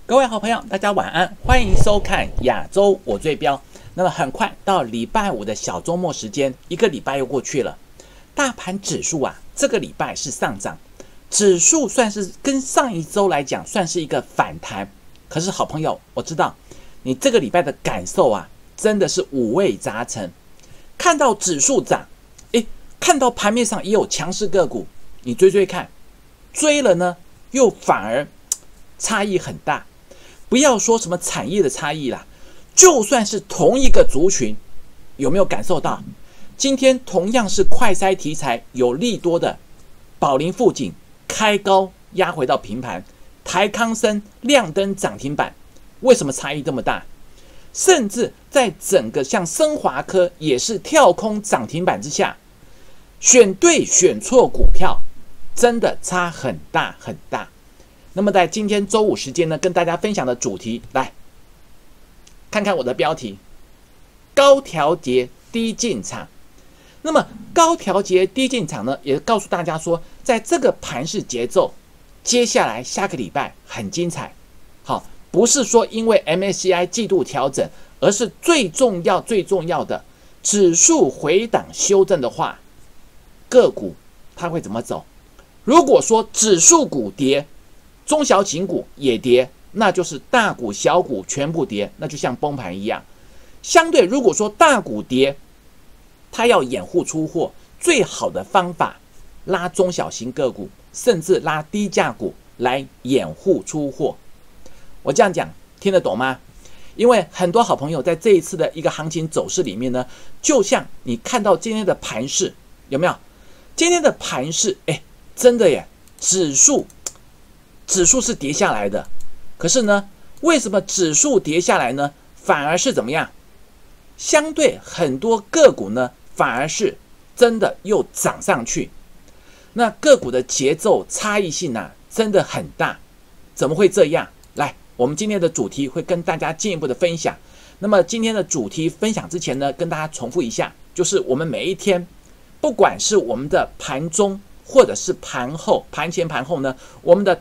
各位好朋友，大家晚安，欢迎收看亚洲我最标。那么很快到礼拜五的小周末时间，一个礼拜又过去了。大盘指数啊，这个礼拜是上涨，指数算是跟上一周来讲算是一个反弹。可是好朋友，我知道你这个礼拜的感受啊，真的是五味杂陈。看到指数涨，看到盘面上也有强势个股，你追看，追了呢，又反而差异很大。不要说什么产业的差异啦，就算是同一个族群，有没有感受到？今天同样是快筛题材有利多的，宝林富锦开高压回到平盘，台康生亮灯涨停板，为什么差异这么大？甚至在整个像升华科也是跳空涨停板之下，选对选错股票，真的差很大很大。那么在今天周五时间呢，跟大家分享的主题，来看看我的标题：高调节低进场。那么高调节低进场呢，也告诉大家说，在这个盘势节奏，接下来下个礼拜很精彩。好，不是说因为 MSCI 季度调整，而是最重要的指数回档修正的话，个股它会怎么走？如果说指数股跌，中小型股也跌，那就是大股小股全部跌，那就像崩盘一样。相对如果说大股跌，它要掩护出货，最好的方法拉中小型个股，甚至拉低价股来掩护出货。我这样讲听得懂吗？因为很多好朋友在这一次的一个行情走势里面呢，就像你看到今天的盘势，有没有？今天的盘势，真的耶，指数是跌下来的，可是呢，为什么指数跌下来呢？反而是怎么样？相对很多个股呢，反而是真的又涨上去。那个股的节奏差异性啊，真的很大。怎么会这样？来，我们今天的主题会跟大家进一步的分享。那么今天的主题分享之前呢，跟大家重复一下，就是我们每一天，不管是我们的盘中，或者是盘后、盘前、盘后呢，我们的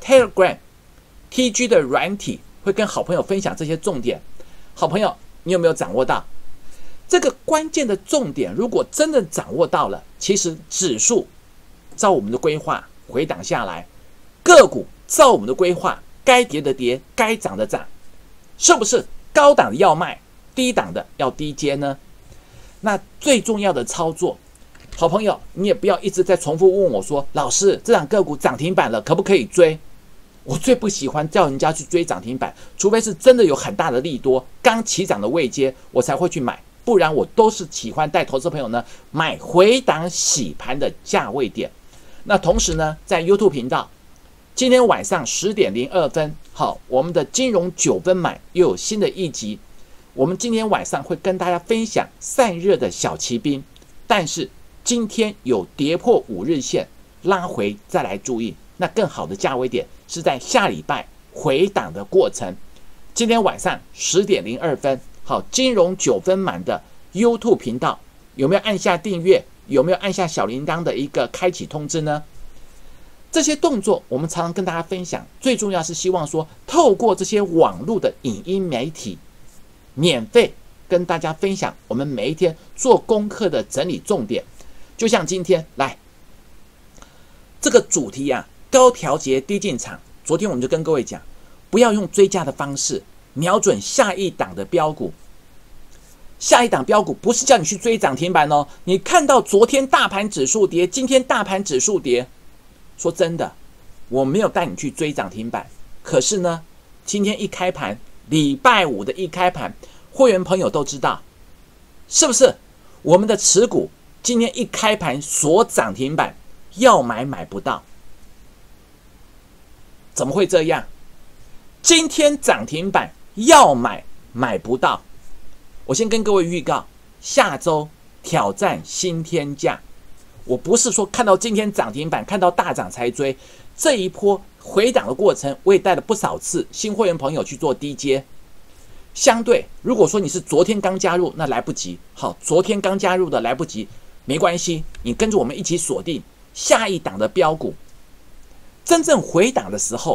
Telegram、TG 的软体会跟好朋友分享这些重点。好朋友，你有没有掌握到这个关键的重点？如果真的掌握到了，其实指数照我们的规划回档下来，个股照我们的规划该跌的跌，该涨的涨，是不是高档的要卖，低档的要低接呢？那最重要的操作，好朋友，你也不要一直在重复问我说，老师，这档个股涨停板了，可不可以追？我最不喜欢叫人家去追涨停板，除非是真的有很大的利多，刚起涨的位阶，我才会去买，不然我都是喜欢带投资朋友呢买回档洗盘的价位点。那同时呢，在 YouTube 频道，今天晚上10点02分，好，我们的金融9分满又有新的一集，我们今天晚上会跟大家分享散热的小骑兵，但是今天有跌破5日线，拉回再来注意。那更好的价位点是在下礼拜回档的过程。今天晚上10点02分，好，金融9分满的 YouTube 频道，有没有按下订阅？有没有按下小铃铛的一个开启通知呢？这些动作我们常常跟大家分享，最重要是希望说，透过这些网络的影音媒体，免费跟大家分享我们每一天做功课的整理重点。就像今天来这个主题啊，高调节低进场。昨天我们就跟各位讲，不要用追加的方式瞄准下一档的标股。下一档标股不是叫你去追涨停板哦。你看到昨天大盘指数跌，今天大盘指数跌，说真的，我没有带你去追涨停板。可是呢，今天一开盘，礼拜五的一开盘，会员朋友都知道，是不是？我们的持股今天一开盘锁涨停板，要买买不到，怎么会这样？今天涨停板要买买不到。我先跟各位预告，下周挑战新天价。我不是说看到今天涨停板，看到大涨才追，这一波回档的过程，我也带了不少次新会员朋友去做低接。相对，如果说你是昨天刚加入，那来不及。好，昨天刚加入的来不及，没关系，你跟着我们一起锁定下一档的标股。真正回档的时候，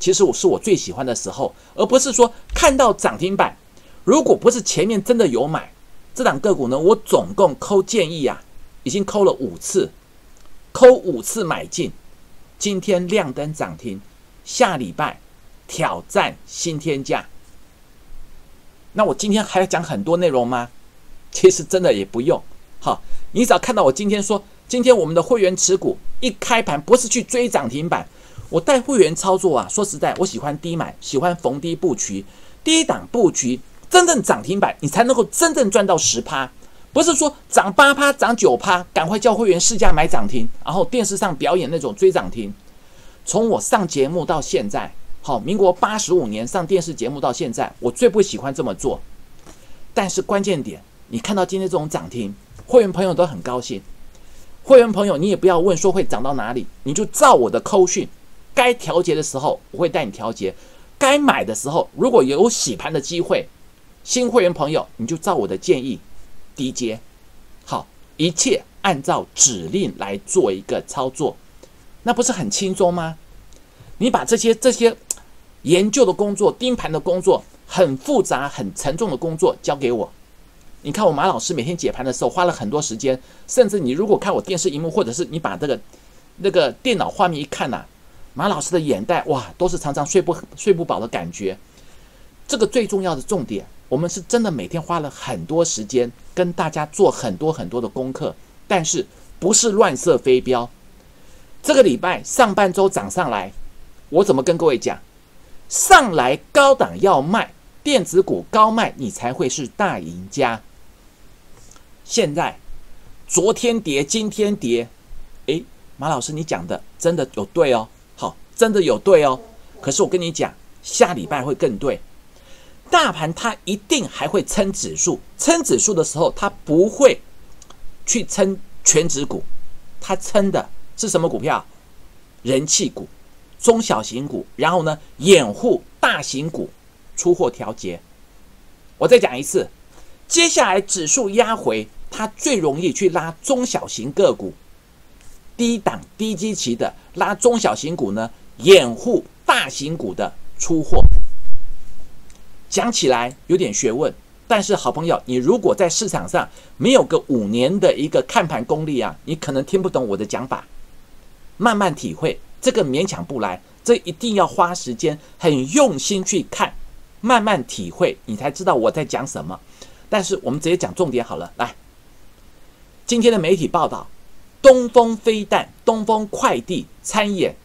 其实是我最喜欢的时候，而不是说看到涨停板，如果不是前面真的有买这档个股呢，我总共扣建议啊，已经扣了5次，扣5次买进，今天亮灯涨停，下礼拜挑战新天价。那我今天还要讲很多内容吗？其实真的也不用。好，你只要看到我今天说，今天我们的会员持股一开盘不是去追涨停板，我带会员操作啊，说实在，我喜欢低买，喜欢逢低布局，低档布局，真正涨停板你才能够真正赚到10%，不是说涨8%、涨9%，赶快叫会员市价买涨停，然后电视上表演那种追涨停。从我上节目到现在，好，民国85年上电视节目到现在，我最不喜欢这么做。但是关键点，你看到今天这种涨停，会员朋友都很高兴。会员朋友，你也不要问说会涨到哪里，你就照我的扣讯，该调节的时候我会带你调节，该买的时候如果有洗盘的机会，新会员朋友你就照我的建议低接。好，一切按照指令来做一个操作，那不是很轻松吗？你把这些研究的工作、盯盘的工作、很复杂、很沉重的工作交给我。你看我马老师每天解盘的时候花了很多时间，甚至你如果看我电视荧幕，或者是你把那个电脑画面一看啊，马老师的眼袋哇，都是常常睡不饱的感觉。这个最重要的重点，我们是真的每天花了很多时间跟大家做很多的功课，但是不是乱射飞镖。这个礼拜上半周涨上来，我怎么跟各位讲？上来高档要卖，电子股高卖，你才会是大赢家。现在昨天跌，今天跌，马老师你讲的真的有对哦，好，真的有对哦。可是我跟你讲，下礼拜会更对。大盘它一定还会撑指数，撑指数的时候，它不会去撑全指股，它撑的是什么股票？人气股、中小型股，然后呢，掩护大型股出货调节。我再讲一次，接下来指数压回，它最容易去拉中小型个股，低档低基期的拉中小型股呢，掩护大型股的出货。讲起来有点学问，但是好朋友，你如果在市场上没有个5年的一个看盘功力啊，你可能听不懂我的讲法。慢慢体会，这个勉强不来，这一定要花时间，很用心去看，慢慢体会，你才知道我在讲什么。但是我们直接讲重点好了，来，今天的媒体报道，东风飞弹、东风快递参演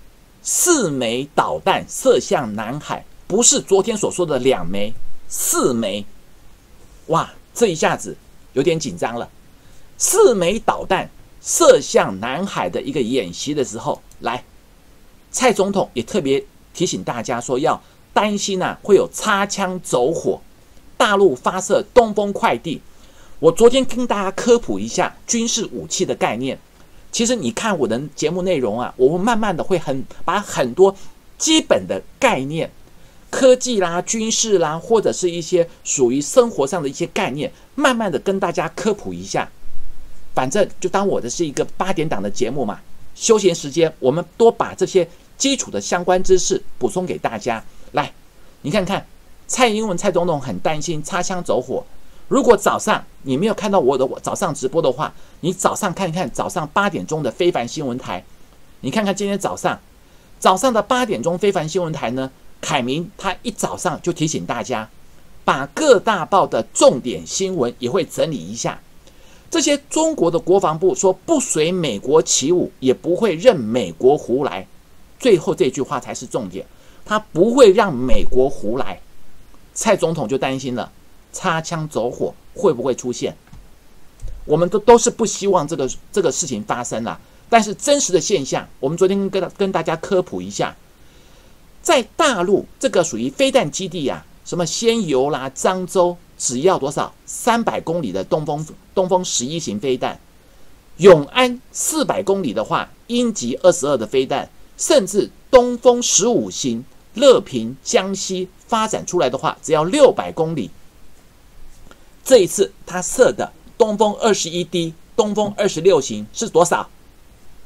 4枚导弹射向南海，不是昨天所说的2枚，4枚。哇，这一下子有点紧张了。4枚导弹射向南海的一个演习的时候，来，蔡总统也特别提醒大家说，要担心会有擦枪走火，大陆发射东风快递。我昨天跟大家科普一下军事武器的概念。其实你看我的节目内容啊，我慢慢的会把很多基本的概念，科技啦、军事啦，或者是一些属于生活上的一些概念，慢慢的跟大家科普一下。反正就当我的是一个8点档的节目嘛，休闲时间我们多把这些基础的相关知识补充给大家。来，你看看蔡英文蔡总统很担心擦枪走火。如果早上你没有看到我的早上直播的话，你早上看看早上8点钟的非凡新闻台，你看看今天早上的8点钟非凡新闻台呢，凯明他一早上就提醒大家，把各大报的重点新闻也会整理一下。这些中国的国防部说不随美国起舞，也不会任美国胡来。最后这句话才是重点，他不会让美国胡来。蔡总统就担心了，擦枪走火会不会出现？我们都是不希望这个事情发生啦。但是真实的现象，我们昨天跟大家科普一下，在大陆这个属于飞弹基地啊，什么仙游啦、漳州，只要多少300公里的东风11型飞弹，永安400公里的话，鹰击22的飞弹，甚至东风15型乐平江西发展出来的话，只要600公里。这一次他射的东风21D、东风26型是多少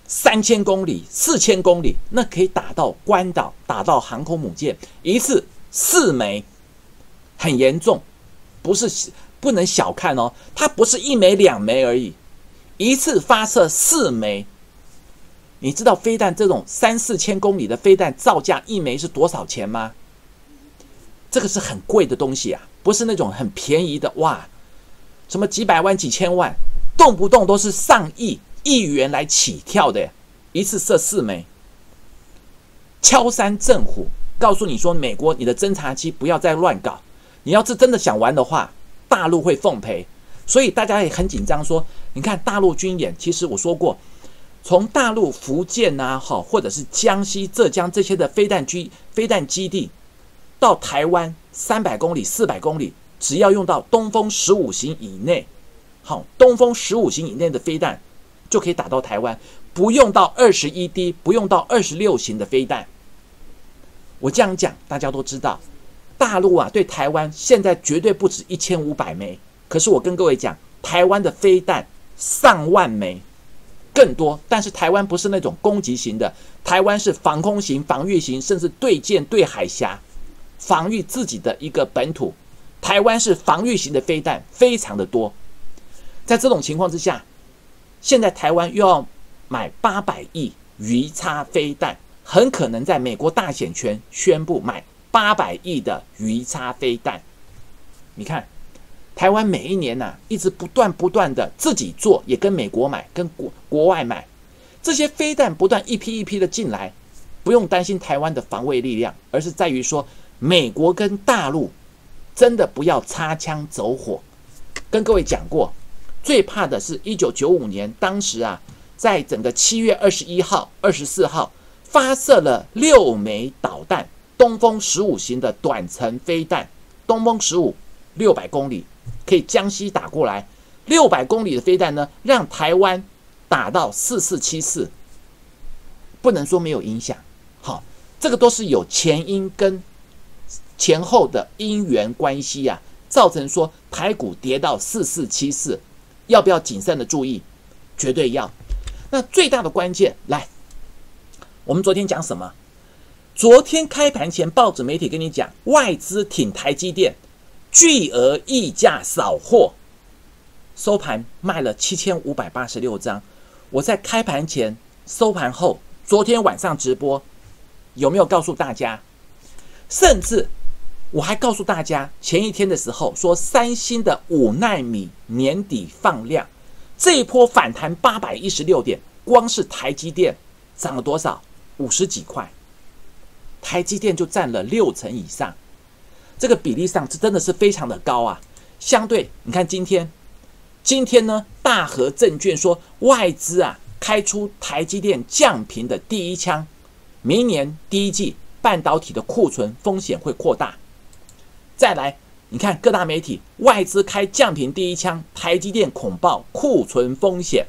3000公里、4000公里，那可以打到关岛，打到航空母舰，一次4枚，很严重，不能小看哦，它不是1枚2枚而已，一次发射4枚。你知道飞弹这种3、4千公里的飞弹造价1枚是多少钱吗？这个是很贵的东西啊，不是那种很便宜的哇，什么几百万、几千万，动不动都是上亿元来起跳的，一次射4枚，敲山震虎，告诉你说美国你的侦察机不要再乱搞，你要是真的想玩的话，大陆会奉陪。所以大家也很紧张说，你看大陆军演，其实我说过，从大陆福建啊，或者是江西、浙江这些的飞弹基地，到台湾300公里、400公里，只要用到东风15型以内，东风15型以内的飞弹就可以打到台湾，不用到21D，不用到26型的飞弹。我这样讲，大家都知道，大陆啊对台湾现在绝对不止1500枚，可是我跟各位讲，台湾的飞弹上万枚。更多，但是台湾不是那种攻击型的，台湾是防空型、防御型，甚至对舰、对海峡，防御自己的一个本土。台湾是防御型的飞弹非常的多。在这种情况之下，现在台湾又要买800亿鱼叉飞弹，很可能在美国大选前宣布买800亿的鱼叉飞弹。你看台湾每一年一直不断的自己做，也跟美国买，跟国外买，这些飞弹不断一批一批的进来，不用担心台湾的防卫力量，而是在于说美国跟大陆真的不要擦枪走火。跟各位讲过，最怕的是1995年，当时在整个7月21号、24号发射了6枚导弹，东风15型的短程飞弹，东风15 600公里。可以江西打过来，600公里的飞弹呢，让台湾打到4474，不能说没有影响。好，这个都是有前因跟前后的因缘关系造成说台股跌到4474，要不要谨慎的注意？绝对要。那最大的关键来，我们昨天讲什么？昨天开盘前，报纸媒体跟你讲，外资挺台积电。巨额溢价扫货，收盘卖了7586张。我在开盘前、收盘后，昨天晚上直播，有没有告诉大家？甚至我还告诉大家，前一天的时候说三星的5奈米年底放量，这一波反弹816点，光是台积电涨了多少？50几块，台积电就占了60%以上。这个比例上真的是非常的高啊！相对你看今天呢，大和证券说外资开出台积电降频的第一枪，明年第一季半导体的库存风险会扩大。再来，你看各大媒体外资开降频第一枪，台积电恐爆库存风险。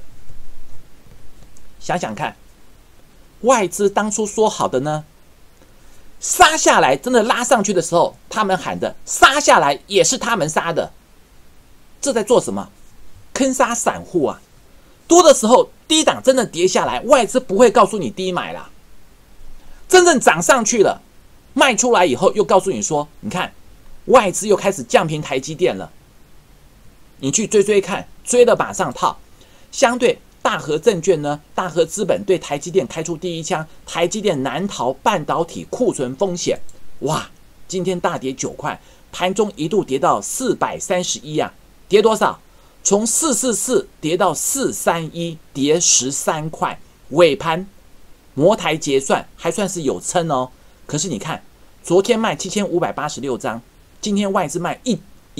想想看，外资当初说好的呢？杀下来真的拉上去的时候，他们喊的杀下来也是他们杀的，这在做什么？坑杀散户多的时候低档真的跌下来，外资不会告诉你低买啦，真正涨上去了，卖出来以后又告诉你说，你看外资又开始降频台积电了，你去追看，追了马上套。相对大和证券呢，大和资本对台积电开出第一枪，台积电难逃半导体库存风险。哇，今天大跌9块，盘中一度跌到431跌多少？从444跌到431，跌13块。尾盘摩台结算还算是有撑哦。可是你看，昨天卖7586张，今天外资卖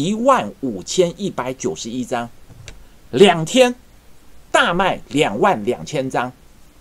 15191张，2天大卖22000张，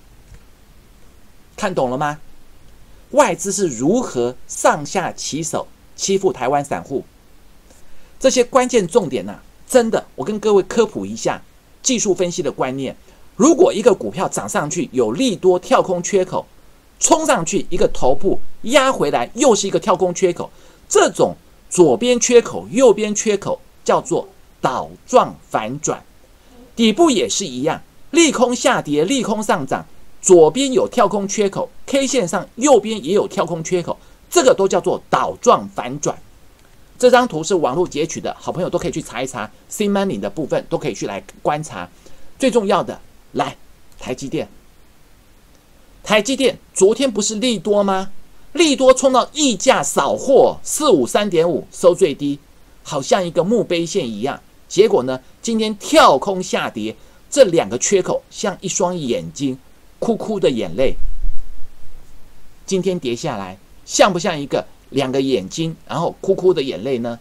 看懂了吗？外资是如何上下其手欺负台湾散户？这些关键重点真的，我跟各位科普一下技术分析的观念。如果一个股票涨上去有利多跳空缺口，冲上去一个头部压回来又是一个跳空缺口，这种左边缺口右边缺口叫做倒状反转。底部也是一样，利空下跌利空上涨， 左边有跳空缺口 ，K 线上右边也有跳空缺口，这个都叫做倒状反转。这张图是网络截取的，好朋友都可以去查一查 ，C Money 的部分都可以去来观察。最重要的，来台积电，台积电昨天不是利多吗？利多冲到溢价扫货453.5收最低，好像一个墓碑线一样。结果呢，今天跳空下跌，这两个缺口像一双眼睛，哭哭的眼泪。今天跌下来，像不像两个眼睛，然后哭哭的眼泪呢？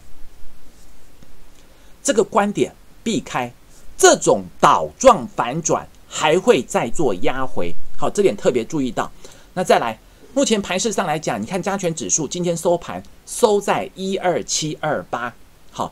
这个观点避开，这种倒状反转还会再做压回。好，这点特别注意到。那再来，目前盘势上来讲，你看加权指数今天收盘收在12728，好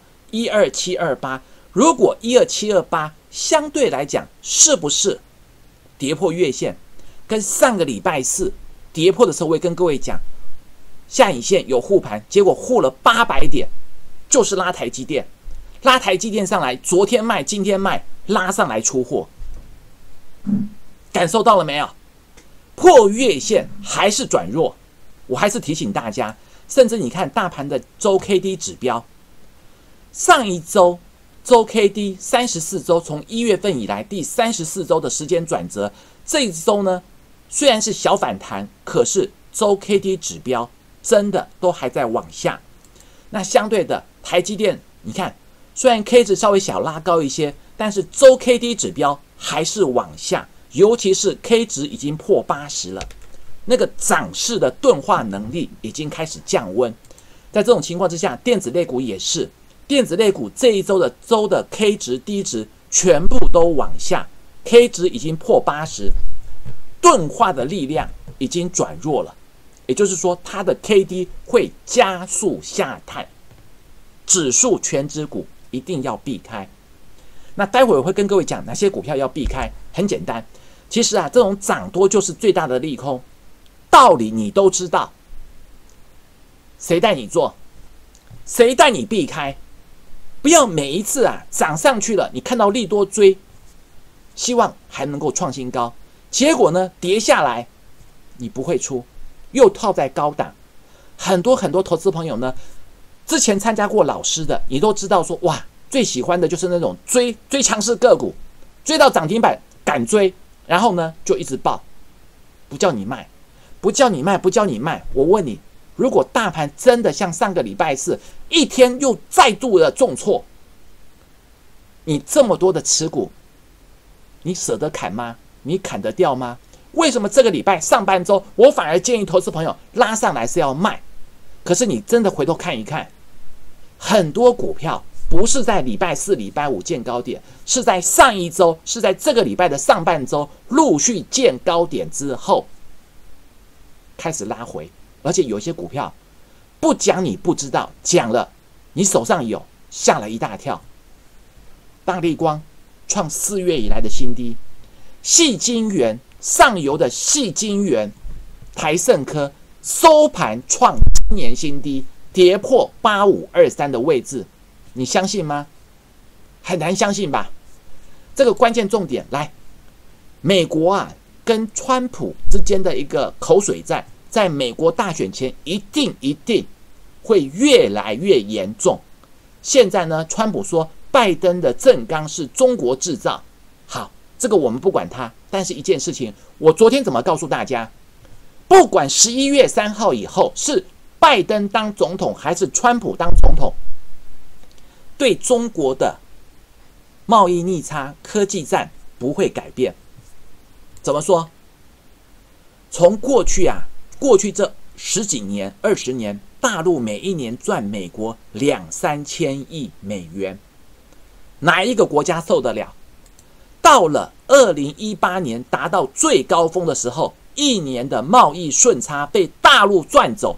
，12728。如果12728相对来讲是不是跌破月线？跟上个礼拜四跌破的时候，我也跟各位讲，下影线有护盘，结果护了800点，就是拉台积电，拉台积电上来，昨天卖，今天卖，拉上来出货，感受到了没有？破月线还是转弱，我还是提醒大家，甚至你看大盘的周 K D 指标，上一周周 K D 34周，从1月份以来第34周的时间转折，这一周呢虽然是小反弹，可是周 K D 指标真的都还在往下。那相对的台积电，你看虽然 K 值稍微小拉高一些，但是周 K D 指标还是往下，尤其是 K 值已经破80了，那个涨势的钝化能力已经开始降温。在这种情况之下，电子类股也是，电子类股这一周的 K 值 D 值全部都往下， K 值已经破80，钝化的力量已经转弱了，也就是说它的 KD 会加速下探，指数全指股一定要避开。那待会儿我会跟各位讲哪些股票要避开，很简单，其实这种涨多就是最大的利空，道理你都知道，谁带你做，谁带你避开？不要每一次涨上去了，你看到利多追，希望还能够创新高，结果呢跌下来，你不会出，又套在高档。很多投资朋友呢，之前参加过老师的，你都知道说，哇，最喜欢的就是那种追强势个股，追到涨停板敢追，然后呢就一直抱，不叫你卖，不叫你卖。我问你，如果大盘真的像上个礼拜四一天又再度的重挫，你这么多的持股，你舍得砍吗？你砍得掉吗？为什么这个礼拜上半周我反而建议投资朋友拉上来是要卖？可是你真的回头看一看，很多股票不是在礼拜四、礼拜五见高点，是在上一周，是在这个礼拜的上半周陆续见高点之后开始拉回，而且有些股票不讲你不知道，讲了你手上有，吓了一大跳。大立光创4月以来的新低，矽晶圆上游的矽晶圆，台盛科收盘创今年新低，跌破8523的位置，你相信吗？很难相信吧？这个关键重点来，美国跟川普之间的一个口水战，在美国大选前一定会越来越严重。现在呢，川普说拜登的政纲是中国制造，好，这个我们不管它，但是一件事情，我昨天怎么告诉大家？不管11月3号以后是拜登当总统还是川普当总统，对中国的贸易逆差、科技战不会改变。怎么说？从过去这10几年、20年，大陆每一年赚美国2-3千亿美元，哪一个国家受得了？到了2018年达到最高峰的时候，一年的贸易顺差被大陆赚走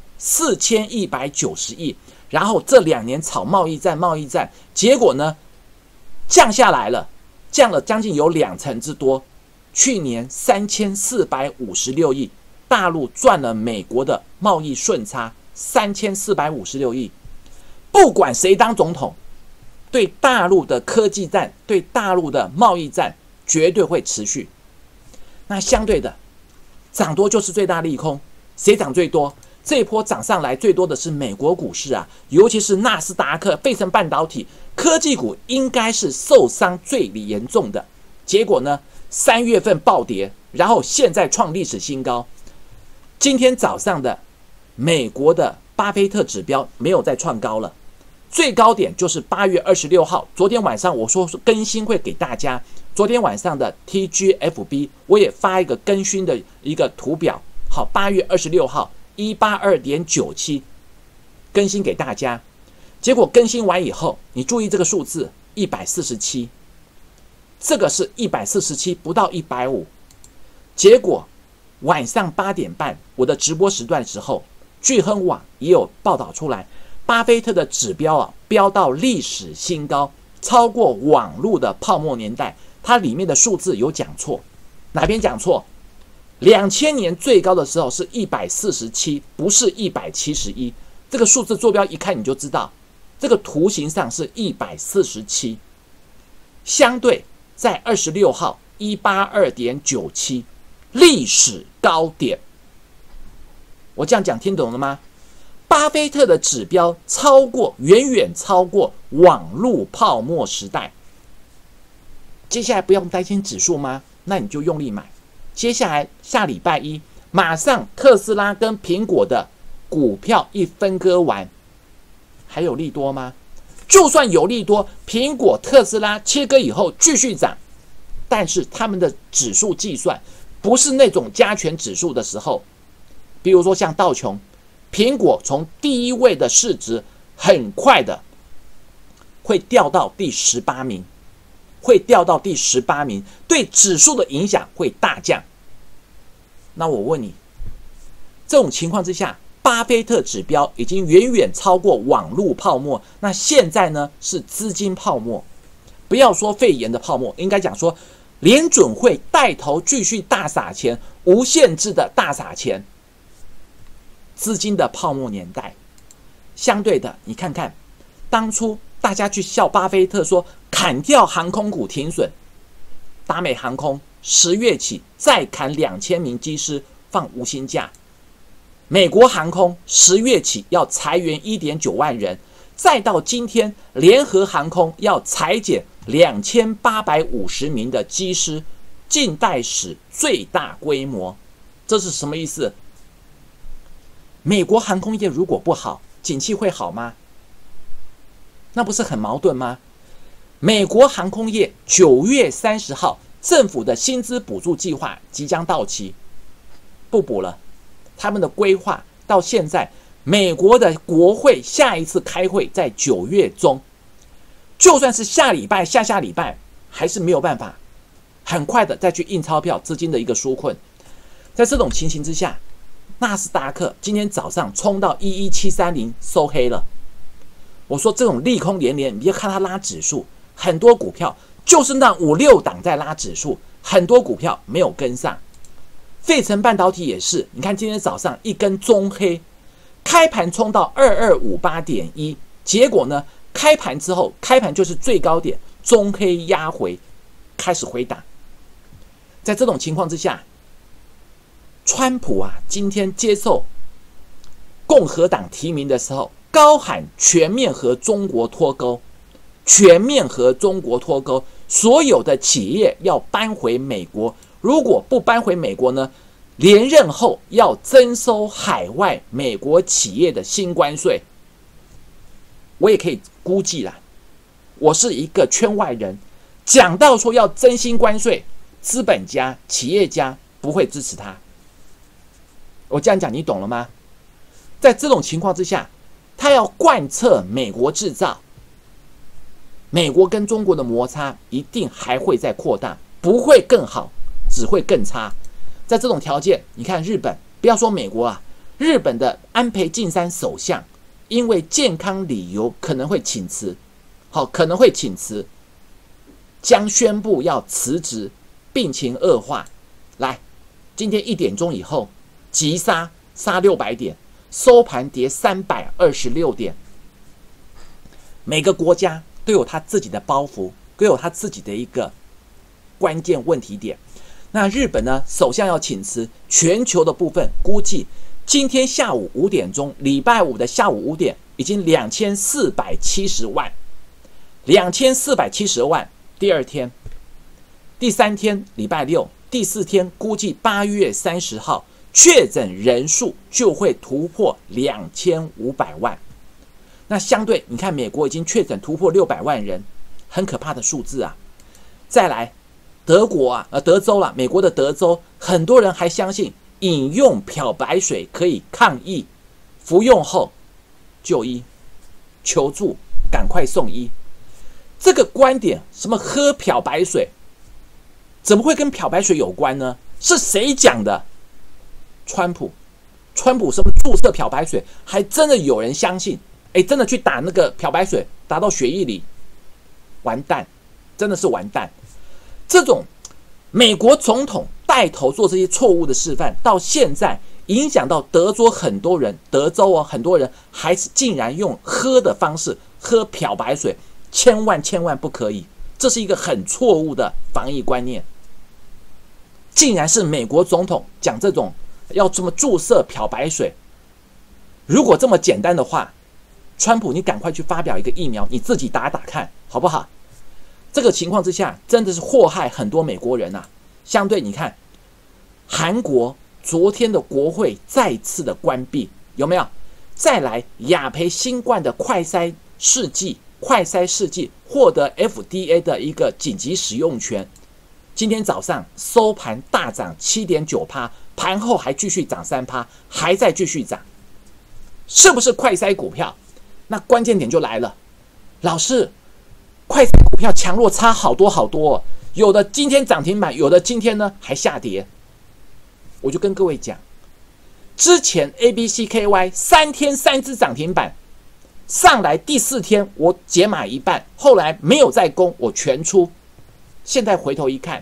4190亿，然后这2年炒贸易战，结果呢降下来了，降了将近有20%之多。去年3456亿，大陆赚了美国的贸易顺差3456亿。不管谁当总统，对大陆的科技战，对大陆的贸易战绝对会持续。那相对的， 涨多就是最大利空。谁涨最多？这一波涨上来最多的是美国股市啊，尤其是纳斯达克、费城半导体、科技股应该是受伤最严重的。结果呢，3月份暴跌，然后现在创历史新高。今天早上的美国的巴菲特指标没有再创高了，最高点就是8月26号。昨天晚上我说更新会给大家，昨天晚上的 TGFB 我也发一个更新的一个图表。好，8月26号。182.97 更新给大家，结果更新完以后，你注意这个数字147，这个是147，不到150。结果晚上8点半，我的直播时段的时候，钜亨网也有报道出来，巴菲特的指标啊飙到历史新高，超过网络的泡沫年代。它里面的数字有讲错，哪边讲错？2000年最高的时候是147，不是171。这个数字坐标一看你就知道，这个图形上是147。相对在26号182.97，历史高点。我这样讲听懂了吗？巴菲特的指标远远超过网络泡沫时代。接下来不用担心指数吗？那你就用力买。接下来下礼拜一，马上特斯拉跟苹果的股票一分割完，还有利多吗？就算有利多，苹果、特斯拉切割以后继续涨，但是他们的指数计算不是那种加权指数的时候，比如说像道琼，苹果从第1位的市值很快的会掉到第18名。对指数的影响会大降。那我问你，这种情况之下，巴菲特指标已经远远超过网络泡沫，那现在呢是资金泡沫。不要说肺炎的泡沫，应该讲说联准会带头继续大撒钱，无限制的大撒钱，资金的泡沫年代。相对的，你看看当初大家去笑巴菲特说砍掉航空股停损，达美航空10月起再砍2000名机师放无薪假，美国航空10月起要裁员1.9万人，再到今天联合航空要裁减2850名的机师，近代史最大规模。这是什么意思？美国航空业如果不好，景气会好吗？那不是很矛盾吗？美国航空业9月30号政府的薪资补助计划即将到期，不补了。他们的规划到现在，美国的国会下一次开会在9月中，就算是下礼拜、下礼拜，还是没有办法很快的再去印钞票，资金的一个纾困。在这种情形之下，纳斯达克今天早上冲到11730收黑了。我说这种利空连连，你别看它拉指数，很多股票就是那5、6档在拉指数，很多股票没有跟上。费城半导体也是，你看今天早上一根中黑，开盘冲到2258.1，结果呢，开盘之后，开盘就是最高点，中黑压回，开始回档。在这种情况之下，川普啊，今天接受共和党提名的时候，高喊全面和中国脱钩，全面和中国脱钩，所有的企业要搬回美国。如果不搬回美国呢，连任后要征收海外美国企业的新关税。我也可以估计啦，我是一个圈外人，讲到说要征新关税，资本家、企业家不会支持他。我这样讲你懂了吗？在这种情况之下，他要贯彻美国制造，美国跟中国的摩擦一定还会再扩大，不会更好，只会更差。在这种条件，你看日本，不要说美国啊，日本的安倍晋三首相因为健康理由可能会请辞，将宣布要辞职，病情恶化。来，今天1点钟以后急杀600点，收盘跌326点。每个国家都有他自己的包袱，都有他自己的一个关键问题点。 那日本呢，首相要请辞，全球的部分估计今天下午5点钟，礼拜五的下午5点，已经2470万，2470万。第二天、第三天，礼拜六，第四天，估计8月30号确诊人数就会突破2500万。那相对，你看美国已经确诊突破600万人，很可怕的数字啊。再来，德国啊，德州啦，美国的德州，很多人还相信饮用漂白水可以抗疫，服用后就医，求助，赶快送医。这个观点，什么喝漂白水，怎么会跟漂白水有关呢？是谁讲的？川普什么注射漂白水，还真的有人相信，真的去打那个漂白水，打到血液里，完蛋，真的是完蛋。这种美国总统带头做这些错误的示范，到现在影响到德州很多人，很多人还是竟然用喝的方式喝漂白水，千万不可以，这是一个很错误的防疫观念。竟然是美国总统讲这种要这么注射漂白水，如果这么简单的话，川普你赶快去发表一个疫苗，你自己打打看好不好？这个情况之下真的是祸害很多美国人啊。相对你看韩国昨天的国会再次的关闭，有没有？再来雅培新冠的快筛试剂获得 FDA 的一个紧急使用权，今天早上收盘大涨 7.9%， 盘后还继续涨 3%， 还在继续涨，是不是快筛股票？那关键点就来了，老师，快筛股票强弱差好多哦，有的今天涨停板，有的今天呢还下跌。我就跟各位讲，之前 ABCKY 3天3只涨停板，上来第4天我解码一半，后来没有再攻，我全出。现在回头一看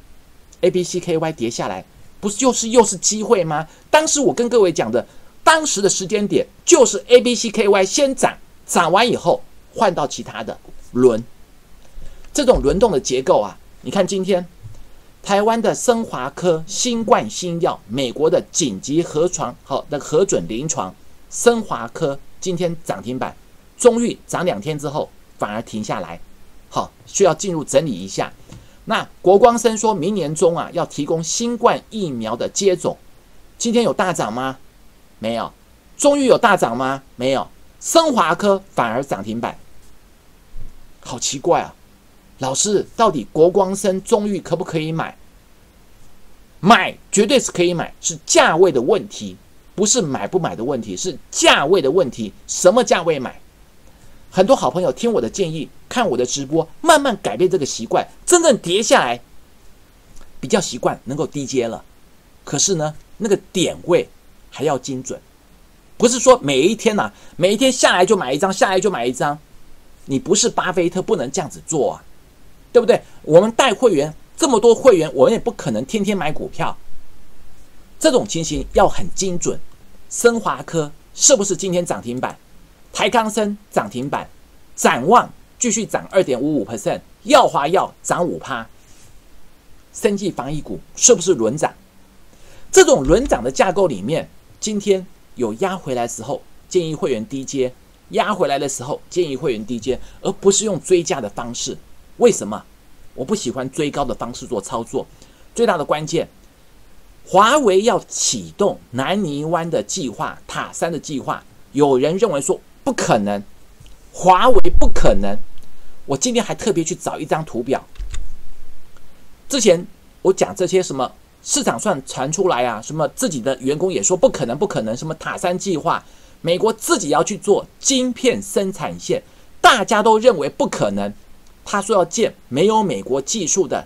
，ABCKY 跌下来，不是又是机会吗？当时我跟各位讲的，当时的时间点就是 ABCKY 先涨，涨完以后换到其他的轮，这种轮动的结构啊，你看今天台湾的生华科、新冠新药、美国的紧急核准临床，生华科今天涨停板，中裕涨2天之后反而停下来，好，需要进入整理一下。那国光生说明年中啊要提供新冠疫苗的接种，今天有大涨吗？没有。中裕有大涨吗？没有。生华科反而涨停板，好奇怪啊！老师，到底国光生、中裕可不可以买？买绝对是可以买，是价位的问题，不是买不买的问题，是价位的问题。什么价位买？很多好朋友听我的建议，看我的直播，慢慢改变这个习惯，真正跌下来比较习惯能够低接了。可是呢，那个点位还要精准，不是说每一天下来就买一张，下来就买一张。你不是巴菲特，不能这样子做啊，对不对？我们带会员这么多会员，我们也不可能天天买股票，这种情形要很精准。生华科是不是今天涨停板？台康生涨停板，展望继续涨 2.55%， 耀华药涨 5%， 生技防疫股是不是轮涨？这种轮涨的架构里面，今天有压回来的时候，建议会员低接，压回来的时候建议会员低接，而不是用追加的方式。为什么？我不喜欢追高的方式做操作。最大的关键，华为要启动南泥湾的计划，塔山的计划，有人认为说不可能，华为不可能。我今天还特别去找一张图表，之前我讲这些什么市场上传出来啊，什么自己的员工也说不可能，什么塔山计划，美国自己要去做晶片生产线，大家都认为不可能。他说要建没有美国技术的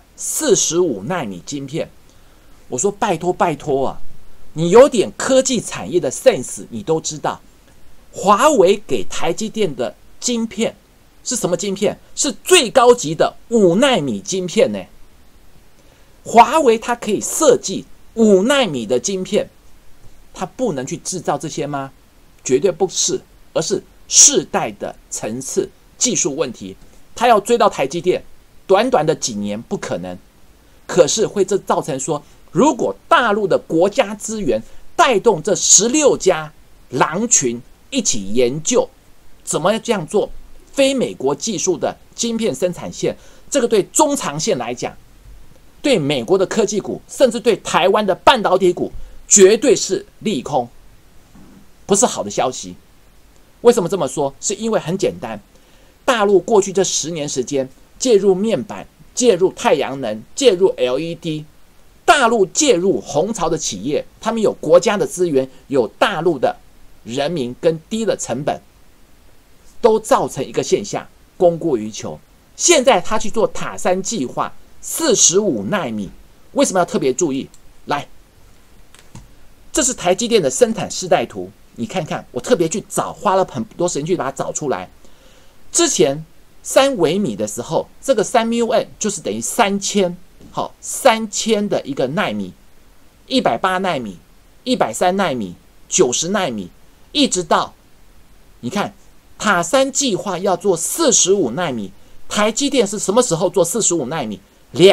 45奈米晶片，我说拜托啊，你有点科技产业的 sense， 你都知道，华为给台积电的晶片是什么晶片？是最高级的5奈米晶片呢。华为它可以设计5奈米的晶片，它不能去制造这些吗？绝对不是，而是世代的层次技术问题。它要追到台积电，短短的几年不可能。 可是会这造成说，如果大陆的国家资源带动这16家狼群一起研究怎么这样做非美国技术的晶片生产线，这个对中长线来讲，对美国的科技股，甚至对台湾的半导体股，绝对是利空，不是好的消息。为什么这么说？是因为很简单，大陆过去这10年时间介入面板、介入太阳能、介入 LED， 大陆介入红潮的企业，他们有国家的资源，有大陆的人民跟低的成本，都造成一个现象，供过于求。现在他去做塔山计划，45奈米，为什么要特别注意？来，这是台积电的生产世代图，你看看，我特别去找，花了很多时间去把它找出来。之前3微米的时候，这个3 μm 就是等于3000，好，3000的一个奈米，180奈米、130奈米、90奈米，一直到你看塔山计划要做45奈米，台积电是什么时候做45奈米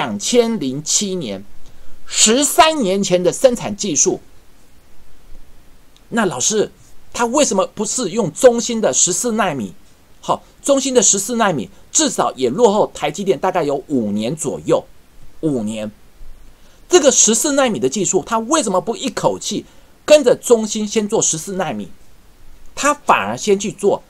？2007年，13年前的生产技术。那老师，他为什么不是用中芯的14奈米？好，中芯的14奈米至少也落后台积电大概有5年左右，5年。这个14奈米的技术，他为什么不一口气跟着中芯先做14奈米？他反而先去做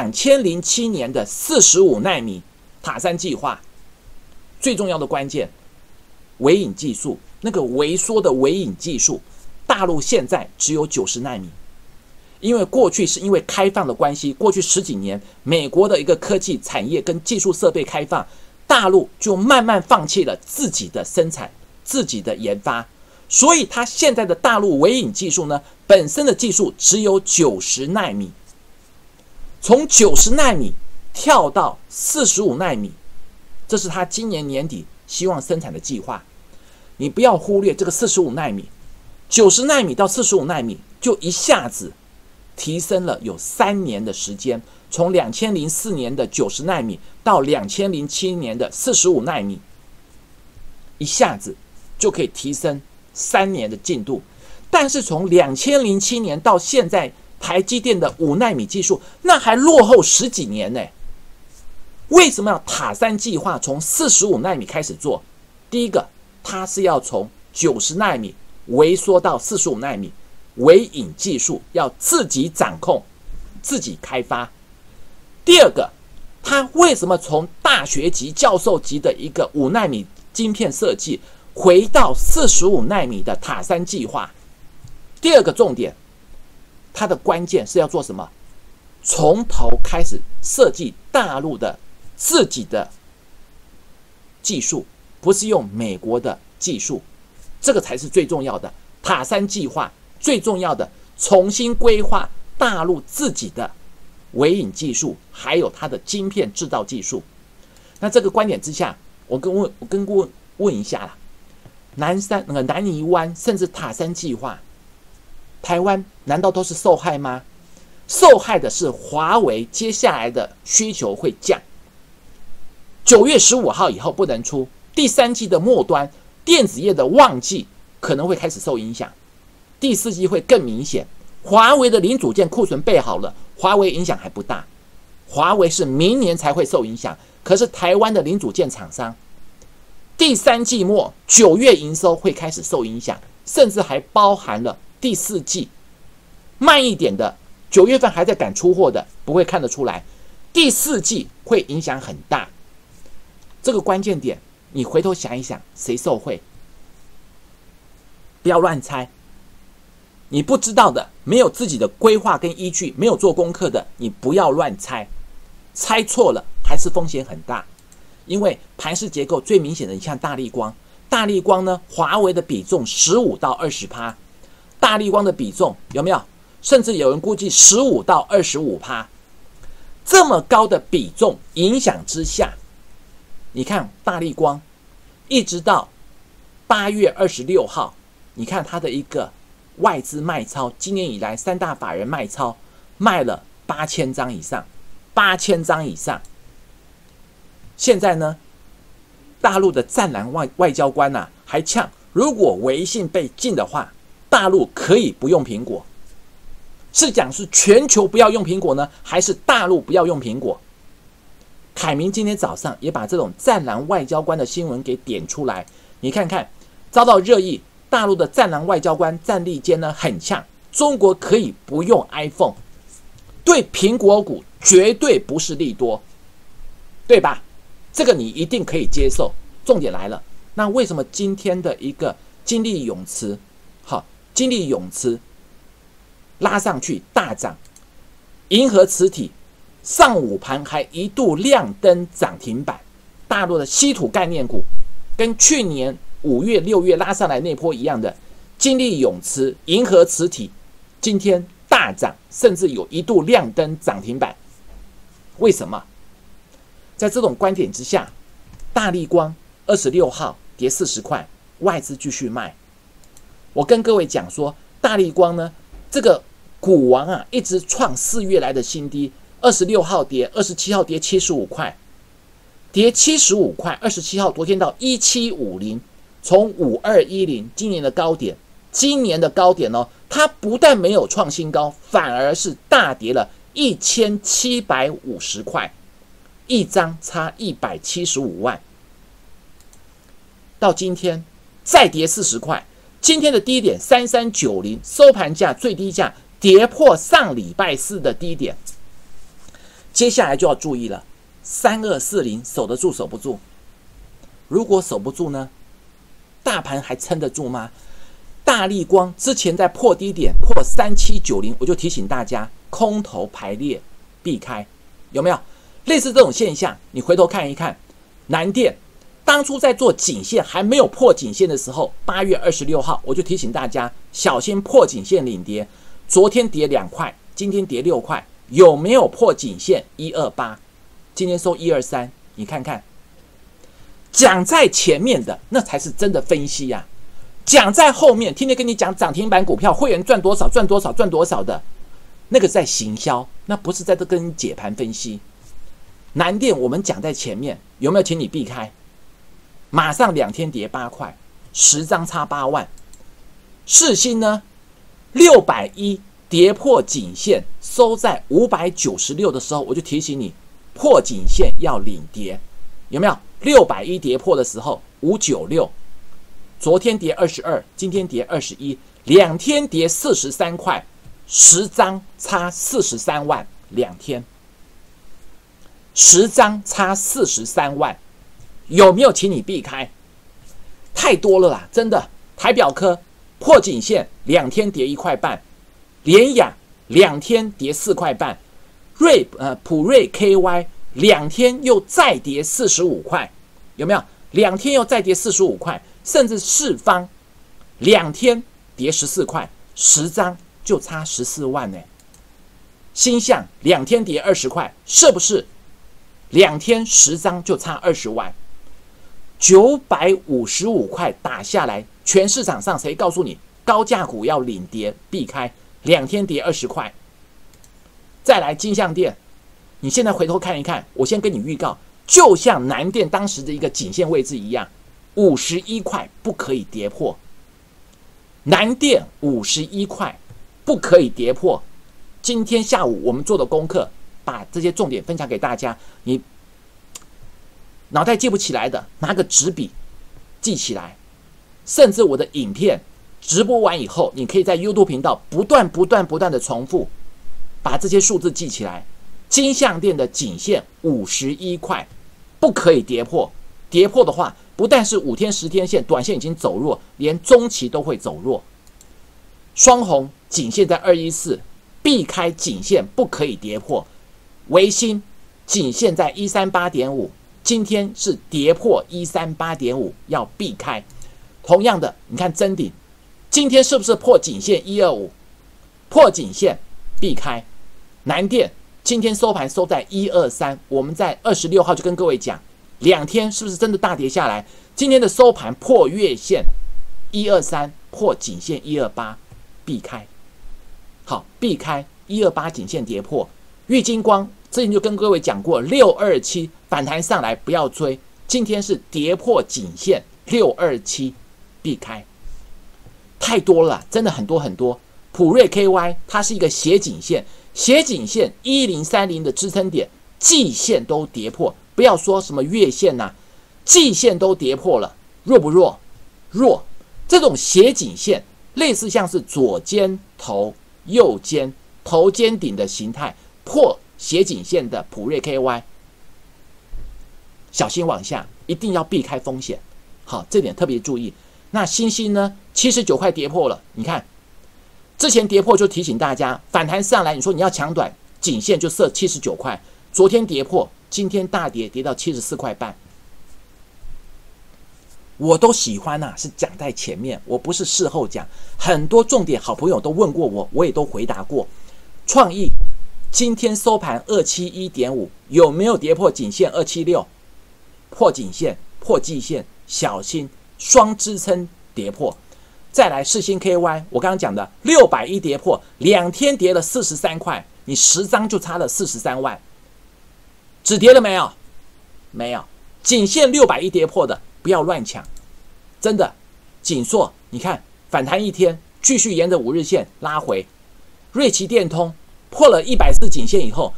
2007年的45奈米塔山计划。最重要的关键，微影技术，那个微缩的微影技术，大陆现在只有90奈米。因为过去是因为开放的关系，过去10几年美国的一个科技产业跟技术设备开放，大陆就慢慢放弃了自己的生产、自己的研发，所以它现在的大陆微影技术呢，本身的技术只有90奈米，从90奈米跳到45奈米，这是他今年年底希望生产的计划。你不要忽略这个45奈米，90奈米到45奈米就一下子提升了有3年的时间，从2004年的90奈米到2007年的45奈米，一下子就可以提升3年的进度。但是从2007年到现在，台积电的5奈米技术那还落后10几年呢。为什么要塔山计划从45奈米开始做？第一个，它是要从90奈米微缩到45奈米，微影技术要自己掌控、自己开发。第二个，他为什么从大学级、教授级的一个5奈米晶片设计，回到45奈米的塔山计划？第二个重点，它的关键是要做什么？从头开始设计大陆的自己的技术，不是用美国的技术，这个才是最重要的。塔山计划最重要的，重新规划大陆自己的微影技术，还有它的晶片制造技术。那这个观点之下，我跟问一下啦，南泥湾甚至塔山计划，台湾难道都是受害吗？受害的是华为，接下来的需求会降。9月15号以后不能出，第3季的末端电子业的旺季可能会开始受影响，第4季会更明显。华为的零组件库存备好了，华为影响还不大，华为是明年才会受影响。可是台湾的零组件厂商，第3季末9月营收会开始受影响，甚至还包含了第4季慢一点的，9月份还在赶出货的，不会看得出来，第4季会影响很大。这个关键点，你回头想一想，谁受惠？不要乱猜，你不知道的，没有自己的规划跟依据，没有做功课的，你不要乱猜，猜错了还是风险很大。因为盘势结构最明显的，你像大立光，大立光呢，华为的比重15到20%，大立光的比重有没有？甚至有人估计15到25%，这么高的比重影响之下，你看大立光一直到8月26号，你看它的一个外资卖超，今年以来3大法人卖超，卖了8000张以上，8000张以上。现在呢， 大陆的战狼外交官啊，还呛，如果微信被禁的话，大陆可以不用苹果。是讲是全球不要用苹果呢，还是大陆不要用苹果？凯明今天早上也把这种战狼外交官的新闻给点出来，你看看，遭到热议，大陆的战狼外交官战利坚呢很呛，中国可以不用 iPhone， 对苹果股绝对不是利多，对吧？这个你一定可以接受。重点来了，那为什么今天的一个金利永磁，好，金利永磁拉上去大涨，银河磁体上午盘还一度亮灯涨停板。大陆的稀土概念股跟去年5月、6月拉上来那波一样的金利永磁、银河磁体，今天大涨，甚至有一度亮灯涨停板。为什么？在这种观点之下，大立光26号跌40块，外资继续卖。我跟各位讲说，大立光呢，这个股王啊，一直创4月来的新低。26号跌，27号跌75块，跌75块。27号昨天到1750，从5210今年的高点，它不但没有创新高，反而是大跌了1750块，一张差175万。到今天再跌40块，今天的低点3390，收盘价最低价跌破上礼拜四的低点。接下来就要注意了，3240守得住守不住？如果守不住呢，大盘还撑得住吗？大立光之前在破低点破3790，我就提醒大家空头排列避开，有没有类似这种现象？你回头看一看，南电当初在做颈线还没有破颈线的时候，8月26号我就提醒大家小心破颈线领跌。昨天跌2块，今天跌6块，有没有破颈线128？今天收123，你看看，讲在前面的那才是真的分析呀、讲在后面，天天跟你讲涨停板股票，会员赚多少赚多少赚多少的，那个在行销，那不是在这跟你解盘分析。南电我们讲在前面，有没有请你避开？马上2天跌8块，10张差8万。世芯呢，610跌破颈线，收在596的时候，我就提醒你破颈线要领跌，有没有？610跌破的时候596，昨天跌22，今天跌21，2天跌43块，10张差43万，2天10张差43万，有没有请你避开？太多了啦，真的。台表科破颈线，2天跌1块半。联雅2天跌4块半，普瑞 KY 2天又再跌45块，有没有？2天又再跌45块，甚至世方2天跌14块，10张就差14万呢。星象2天跌20块，是不是2天10张就差20万？955块打下来，全市场上谁告诉你高价股要领跌避开？2天跌20块。再来金像电，你现在回头看一看，我先跟你预告，就像南电当时的一个颈线位置一样，51块不可以跌破。南电51块不可以跌破。今天下午我们做的功课，把这些重点分享给大家，你脑袋记不起来的，拿个纸笔记起来，甚至我的影片直播完以后，你可以在 YouTube 频道不断的重复，把这些数字记起来。金像电的颈线51块不可以跌破，跌破的话，不但是5天10天线短线已经走弱，连中期都会走弱。双红颈线在214，避开颈线不可以跌破。微星颈线在138.5，今天是跌破138.5，要避开。同样的，你看臻鼎今天是不是破颈线125？破颈线避开。南电今天收盘收在123，我们在26号就跟各位讲，2天是不是真的大跌下来？今天的收盘破月线123，破颈线128，避开。好，避开128颈线跌破。玉晶光之前就跟各位讲过，627反弹上来不要追， 今天是跌破颈线627，避开。太多了，真的很多很多。普瑞 KY 它是一个斜颈线，斜颈线1030的支撑点，季线都跌破，不要说什么月线啊，季线都跌破了，弱不弱？弱。这种斜颈线类似像是左肩头、右肩头肩顶的形态，破斜颈线的普瑞 KY， 小心往下，一定要避开风险。好，这点特别注意。那星星呢？79块跌破了，你看，之前跌破就提醒大家，反弹上来，你说你要抢短，颈线就设79块。昨天跌破，今天大跌，跌到74块半。我都喜欢是讲在前面，我不是事后讲。很多重点好朋友都问过我，我也都回答过。创意今天收盘271.5，有没有跌破颈线276？破颈线，破季线，小心双支撑跌破。再来世新 KY， 我刚刚讲的610跌破，2天跌了43块，你10张就差了43万。止跌了没有？没有。颈线610跌破的，不要乱抢，真的。锦硕，你看反弹一天，继续沿着5日线拉回。瑞奇电通破了140颈线以后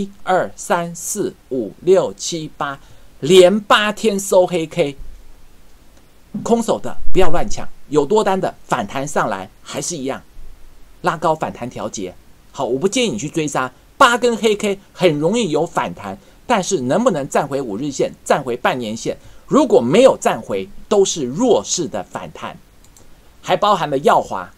，1、2、3、4、5、6、7、8，连8天收黑 K。空手的不要乱抢，有多单的反弹上来还是一样，拉高反弹调节。好，我不建议你去追杀，8根黑 K 很容易有反弹，但是能不能站回5日线，站回半年线？如果没有站回，都是弱势的反弹。还包含了耀华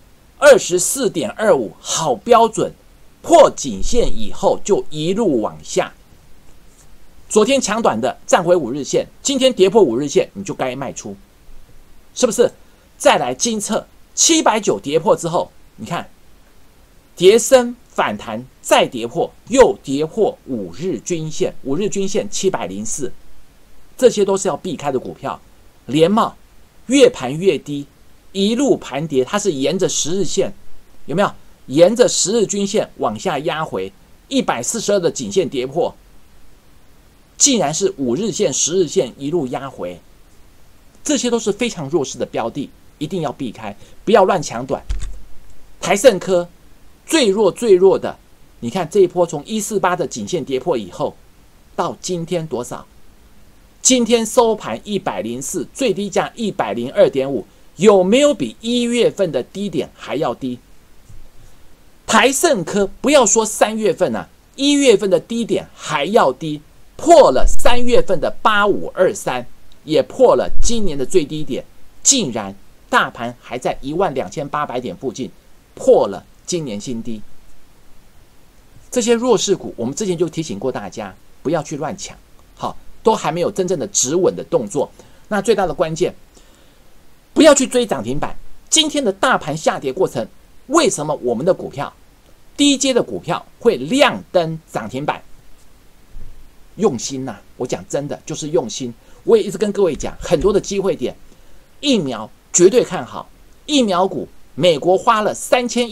24.25， 好标准，破颈线以后就一路往下。昨天抢短的站回5日线，今天跌破5日线，你就该卖出，是不是？再来金策790跌破之后，你看跌升反弹，再跌破，又跌破5日均线，5日均线704，这些都是要避开的股票。联茂越盘越低，一路盘跌，它是沿着10日线，有没有？沿着10日均线往下压回，142的颈线跌破。既然是5日线、10日线一路压回，这些都是非常弱势的标的，一定要避开，不要乱抢短。台盛科最弱的，你看这一波从148的颈线跌破以后，到今天多少？今天收盘104，最低价102.5，有没有比1月份的低点还要低？台盛科不要说3月份1月份的低点还要低。破了3月份的8523，也破了今年的最低点，竟然大盘还在12800点附近，破了今年新低。这些弱势股，我们之前就提醒过大家，不要去乱抢，好，都还没有真正的止稳的动作。那最大的关键，不要去追涨停板。今天的大盘下跌过程，为什么我们的股票低阶的股票会亮灯涨停板？用心我讲真的就是用心。我也一直跟各位讲，很多的机会点，疫苗绝对看好。疫苗股，美国花了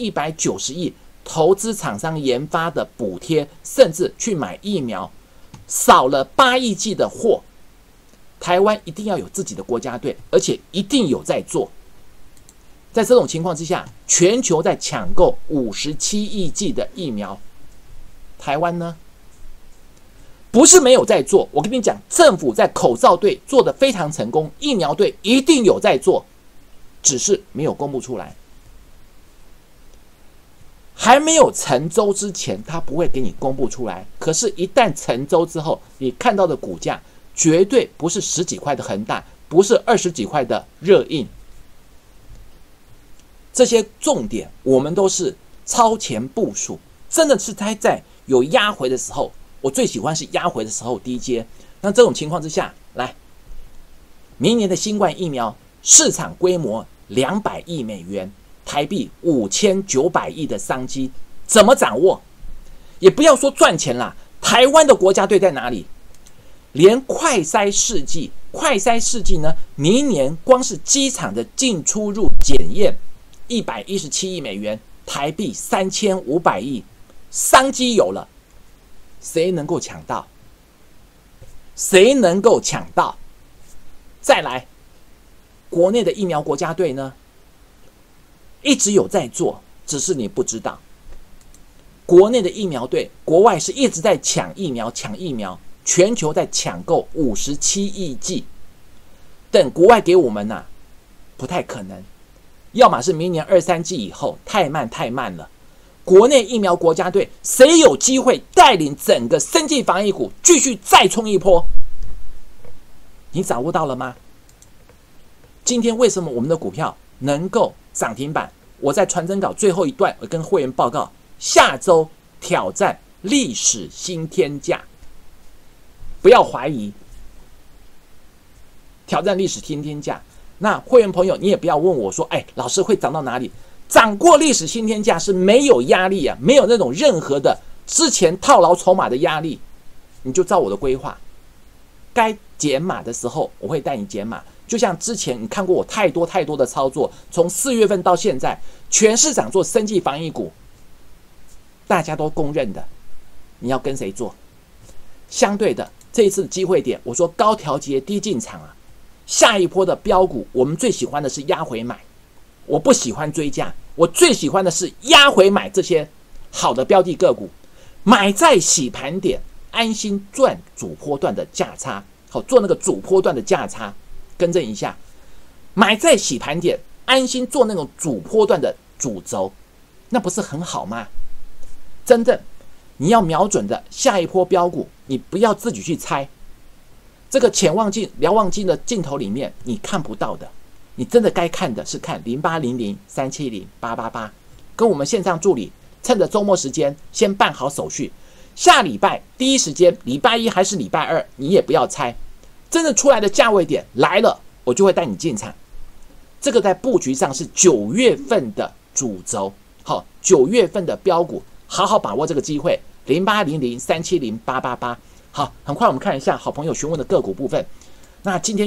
3190亿投资厂商研发的补贴，甚至去买疫苗，少了8亿剂的货。台湾一定要有自己的国家队，而且一定有在做。在这种情况之下，全球在抢购57亿剂的疫苗，台湾呢？不是没有在做，我跟你讲，政府在口罩队做得非常成功，疫苗队一定有在做，只是没有公布出来。还没有成舟之前，他不会给你公布出来。可是，一旦成舟之后，你看到的股价绝对不是10几块的恒大，不是20几块的热映。这些重点我们都是超前部署，真的是在有压回的时候。我最喜欢是压回的时候低阶。那这种情况之下，来，明年的新冠疫苗市场规模200亿美元，台币5900亿的商机，怎么掌握？也不要说赚钱啦，台湾的国家队在哪里？连快筛试剂呢，明年光是机场的进出入检验117亿美元，台币3500亿，商机有了。谁能够抢到？ 谁能够抢到？再来，国内的疫苗国家队呢，一直有在做，只是你不知道。国内的疫苗队，国外是一直在抢疫苗，全球在抢购57亿剂，等国外给我们啊，不太可能，要么是明年2、3季以后，太慢了。国内疫苗国家队谁有机会带领整个生技防疫股继续再冲一波？你掌握到了吗？今天为什么我们的股票能够涨停板？我在传真稿最后一段，我跟会员报告，下周挑战历史新天价，不要怀疑，挑战历史新天价。那会员朋友，你也不要问我说，老师会涨到哪里？涨过历史新天价是没有压力啊，没有那种任何的之前套牢筹码的压力，你就照我的规划，该减码的时候我会带你减码。就像之前你看过我太多的操作，从4月份到现在，全市场做生技防疫股，大家都公认的，你要跟谁做？相对的，这一次的机会点，我说高调节低进场啊，下一波的标股，我们最喜欢的是压回买。我不喜欢追价，我最喜欢的是压回买这些好的标的个股，买在洗盘点，安心赚主波段的价差，好做那个主波段的价差，更正一下，买在洗盘点，安心做那种主波段的主轴，那不是很好吗？真正你要瞄准的下一波标股，你不要自己去猜，这个潜望镜、瞭望镜的镜头里面你看不到的。你真的该看的是看0800370888，跟我们线上助理，趁着周末时间先办好手续。下礼拜第一时间，礼拜一还是礼拜二，你也不要猜，真正出来的价位点来了，我就会带你进场。这个在布局上是9月份的主轴，好，9月份的标股，好好把握这个机会。0800370888，好，很快我们看一下好朋友询问的个股部分。那今天